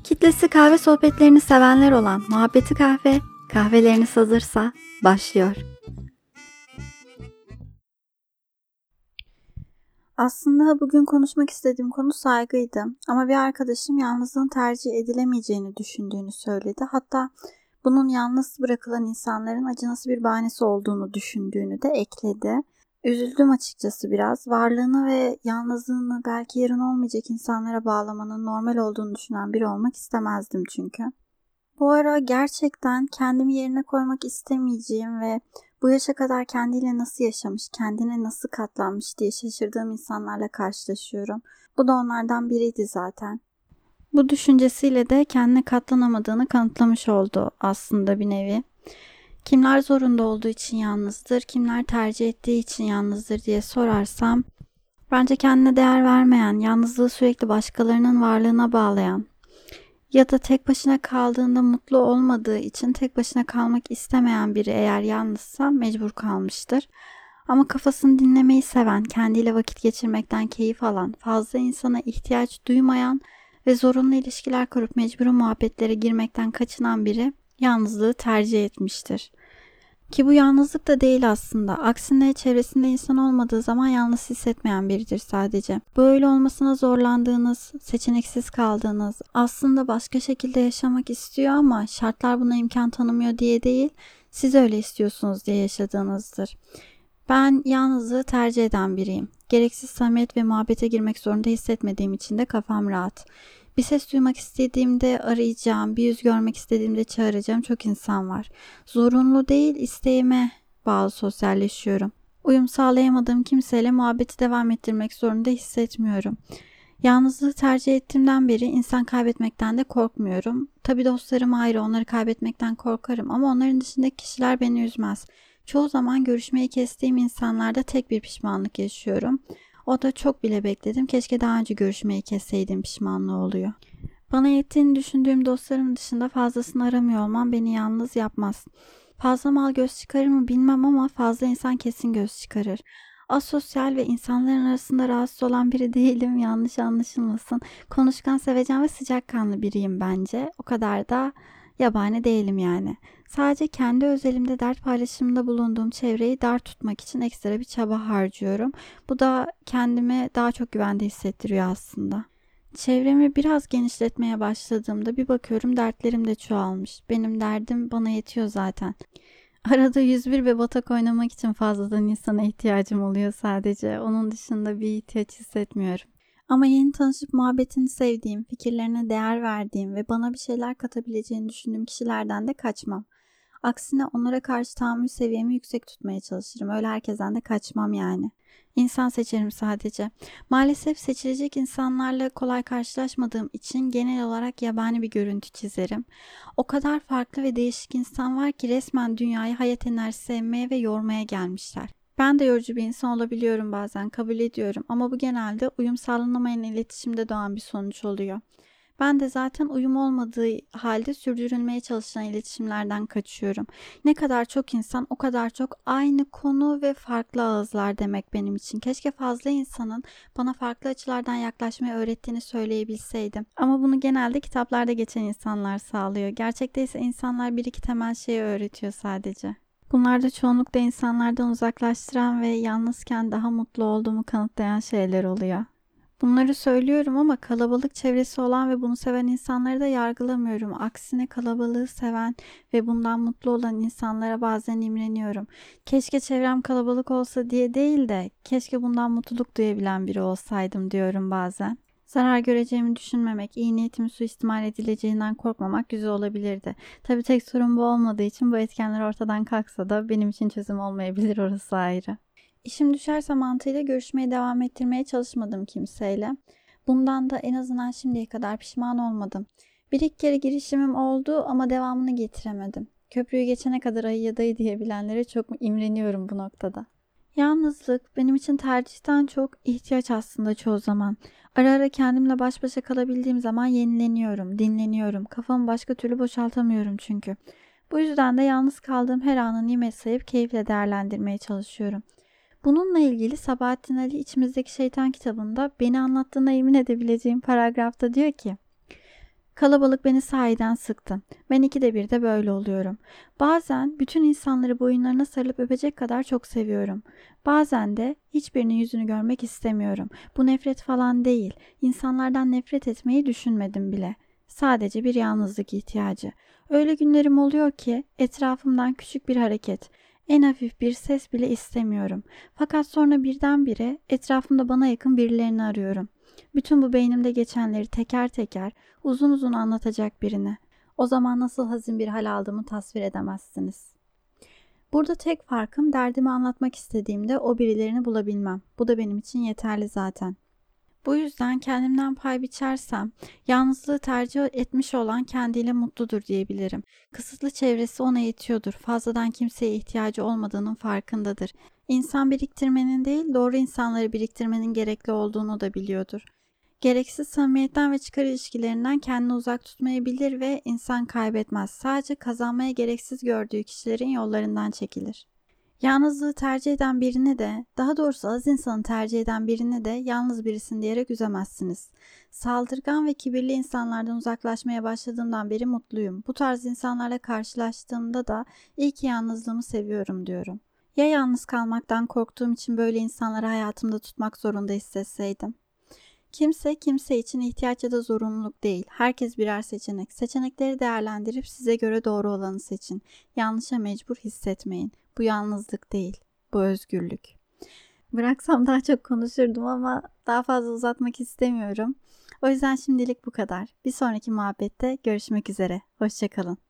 Kitlesi kahve sohbetlerini sevenler olan Muhabbeti Kahve, kahveleriniz hazırsa başlıyor. Aslında bugün konuşmak istediğim konu saygıydı ama bir arkadaşım yalnızlığın tercih edilemeyeceğini düşündüğünü söyledi. Hatta bunun yalnız bırakılan insanların acınası bir bahanesi olduğunu düşündüğünü de ekledi. Üzüldüm açıkçası biraz. Varlığını ve yalnızlığını belki yarın olmayacak insanlara bağlamanın normal olduğunu düşünen biri olmak istemezdim çünkü. Bu ara gerçekten kendimi yerine koymak istemeyeceğim ve bu yaşa kadar kendiyle nasıl yaşamış, kendine nasıl katlanmış diye şaşırdığım insanlarla karşılaşıyorum. Bu da onlardan biriydi zaten. Bu düşüncesiyle de kendine katlanamadığını kanıtlamış oldu aslında bir nevi. Kimler zorunda olduğu için yalnızdır, kimler tercih ettiği için yalnızdır diye sorarsam, bence kendine değer vermeyen, yalnızlığı sürekli başkalarının varlığına bağlayan ya da tek başına kaldığında mutlu olmadığı için tek başına kalmak istemeyen biri eğer yalnızsa mecbur kalmıştır. Ama kafasını dinlemeyi seven, kendiyle vakit geçirmekten keyif alan, fazla insana ihtiyaç duymayan ve zorunlu ilişkiler kurup mecburi muhabbetlere girmekten kaçınan biri yalnızlığı tercih etmiştir. Ki bu yalnızlık da değil aslında. Aksine çevresinde insan olmadığı zaman yalnız hissetmeyen biridir sadece. Böyle olmasına zorlandığınız, seçeneksiz kaldığınız, aslında başka şekilde yaşamak istiyor ama şartlar buna imkan tanımıyor diye değil, siz öyle istiyorsunuz diye yaşadığınızdır. Ben yalnızlığı tercih eden biriyim. Gereksiz samimiyet ve muhabbete girmek zorunda hissetmediğim için de kafam rahat. Bir ses duymak istediğimde arayacağım, bir yüz görmek istediğimde çağıracağım çok insan var. Zorunlu değil, isteğime bağlı sosyalleşiyorum. Uyum sağlayamadığım kimseyle muhabbeti devam ettirmek zorunda hissetmiyorum. Yalnızlığı tercih ettiğimden beri insan kaybetmekten de korkmuyorum. Tabii dostlarım ayrı, onları kaybetmekten korkarım ama onların dışındaki kişiler beni üzmez. Çoğu zaman görüşmeyi kestiğim insanlarda tek bir pişmanlık yaşıyorum. O da çok bile bekledim. Keşke daha önce görüşmeyi kesseydim pişmanlığı oluyor. Bana yettiğini düşündüğüm dostlarım dışında fazlasını aramıyor olmam beni yalnız yapmaz. Fazla mal göz çıkarır mı bilmem ama fazla insan kesin göz çıkarır. Asosyal ve insanların arasında rahatsız olan biri değilim, yanlış anlaşılmasın. Konuşkan, sevecen ve sıcakkanlı biriyim bence. O kadar da yabani değilim yani. Sadece kendi özelimde dert paylaşımında bulunduğum çevreyi dar tutmak için ekstra bir çaba harcıyorum. Bu da kendimi daha çok güvende hissettiriyor aslında. Çevremi biraz genişletmeye başladığımda bir bakıyorum dertlerim de çoğalmış. Benim derdim bana yetiyor zaten. Arada 101 ve batak oynamak için fazladan insana ihtiyacım oluyor sadece. Onun dışında bir ihtiyaç hissetmiyorum. Ama yeni tanışıp muhabbetini sevdiğim, fikirlerine değer verdiğim ve bana bir şeyler katabileceğini düşündüğüm kişilerden de kaçmam. Aksine onlara karşı tahammül seviyemi yüksek tutmaya çalışırım. Öyle herkesten de kaçmam yani. İnsan seçerim sadece. Maalesef seçilecek insanlarla kolay karşılaşmadığım için genel olarak yabani bir görüntü çizerim. O kadar farklı ve değişik insan var ki resmen dünyayı hayat enerjisi emmeye ve yormaya gelmişler. Ben de yorucu bir insan olabiliyorum bazen, kabul ediyorum ama bu genelde uyum sağlanamayan iletişimde doğan bir sonuç oluyor. Ben de zaten uyum olmadığı halde sürdürülmeye çalışan iletişimlerden kaçıyorum. Ne kadar çok insan o kadar çok aynı konu ve farklı ağızlar demek benim için. Keşke fazla insanın bana farklı açılardan yaklaşmayı öğrettiğini söyleyebilseydim. Ama bunu genelde kitaplarda geçen insanlar sağlıyor. Gerçekte ise insanlar bir iki temel şeyi öğretiyor sadece. Bunlar da çoğunlukla insanlardan uzaklaştıran ve yalnızken daha mutlu olduğumu kanıtlayan şeyler oluyor. Bunları söylüyorum ama kalabalık çevresi olan ve bunu seven insanları da yargılamıyorum. Aksine kalabalığı seven ve bundan mutlu olan insanlara bazen imreniyorum. Keşke çevrem kalabalık olsa diye değil de keşke bundan mutluluk duyabilen biri olsaydım diyorum bazen. Zarar göreceğimi düşünmemek, iyi niyetimi suistimal edileceğinden korkmamak güzel olabilirdi. Tabii tek sorun bu olmadığı için bu etkenler ortadan kalksa da benim için çözüm olmayabilir, orası ayrı. İşim düşerse mantığıyla görüşmeye devam ettirmeye çalışmadım kimseyle. Bundan da en azından şimdiye kadar pişman olmadım. Bir iki kere girişimim oldu ama devamını getiremedim. Köprüyü geçene kadar ayı ya dayı diyebilenlere çok imreniyorum bu noktada. Yalnızlık benim için tercihten çok ihtiyaç aslında çoğu zaman. Ara ara kendimle baş başa kalabildiğim zaman yenileniyorum, dinleniyorum. Kafamı başka türlü boşaltamıyorum çünkü. Bu yüzden de yalnız kaldığım her anı nimet sayıp keyifle değerlendirmeye çalışıyorum. Bununla ilgili Sabahattin Ali İçimizdeki Şeytan kitabında beni anlattığına emin edebileceğim paragrafta diyor ki: Kalabalık beni sahiden sıktı. Ben ikide bir de böyle oluyorum. Bazen bütün insanları boyunlarına sarılıp öpecek kadar çok seviyorum. Bazen de hiçbirinin yüzünü görmek istemiyorum. Bu nefret falan değil. İnsanlardan nefret etmeyi düşünmedim bile. Sadece bir yalnızlık ihtiyacı. Öyle günlerim oluyor ki etrafımdan küçük bir hareket, en hafif bir ses bile istemiyorum. Fakat sonra birdenbire etrafımda bana yakın birilerini arıyorum. Bütün bu beynimde geçenleri teker teker, uzun uzun anlatacak birine. O zaman nasıl hazin bir hal aldığımı tasvir edemezsiniz. Burada tek farkım derdimi anlatmak istediğimde o birilerini bulabilmem. Bu da benim için yeterli zaten. Bu yüzden kendimden pay biçersem, yalnızlığı tercih etmiş olan kendiyle mutludur diyebilirim. Kısıtlı çevresi ona yetiyordur. Fazladan kimseye ihtiyacı olmadığının farkındadır. İnsan biriktirmenin değil, doğru insanları biriktirmenin gerekli olduğunu da biliyordur. Gereksiz samimiyetten ve çıkar ilişkilerinden kendini uzak tutmayı bilir ve insan kaybetmez. Sadece kazanmaya gereksiz gördüğü kişilerin yollarından çekilir. Yalnızlığı tercih eden birini de, daha doğrusu az insanı tercih eden birini de yalnız birisin diyerek üzemezsiniz. Saldırgan ve kibirli insanlardan uzaklaşmaya başladığımdan beri mutluyum. Bu tarz insanlarla karşılaştığımda da iyi ki yalnızlığımı seviyorum diyorum. Ya yalnız kalmaktan korktuğum için böyle insanları hayatımda tutmak zorunda hissetseydim? Kimse için ihtiyaç ya da zorunluluk değil. Herkes birer seçenek. Seçenekleri değerlendirip size göre doğru olanı seçin. Yanlışa mecbur hissetmeyin. Bu yalnızlık değil, bu özgürlük. Bıraksam daha çok konuşurdum ama daha fazla uzatmak istemiyorum. O yüzden şimdilik bu kadar. Bir sonraki muhabbette görüşmek üzere. Hoşça kalın.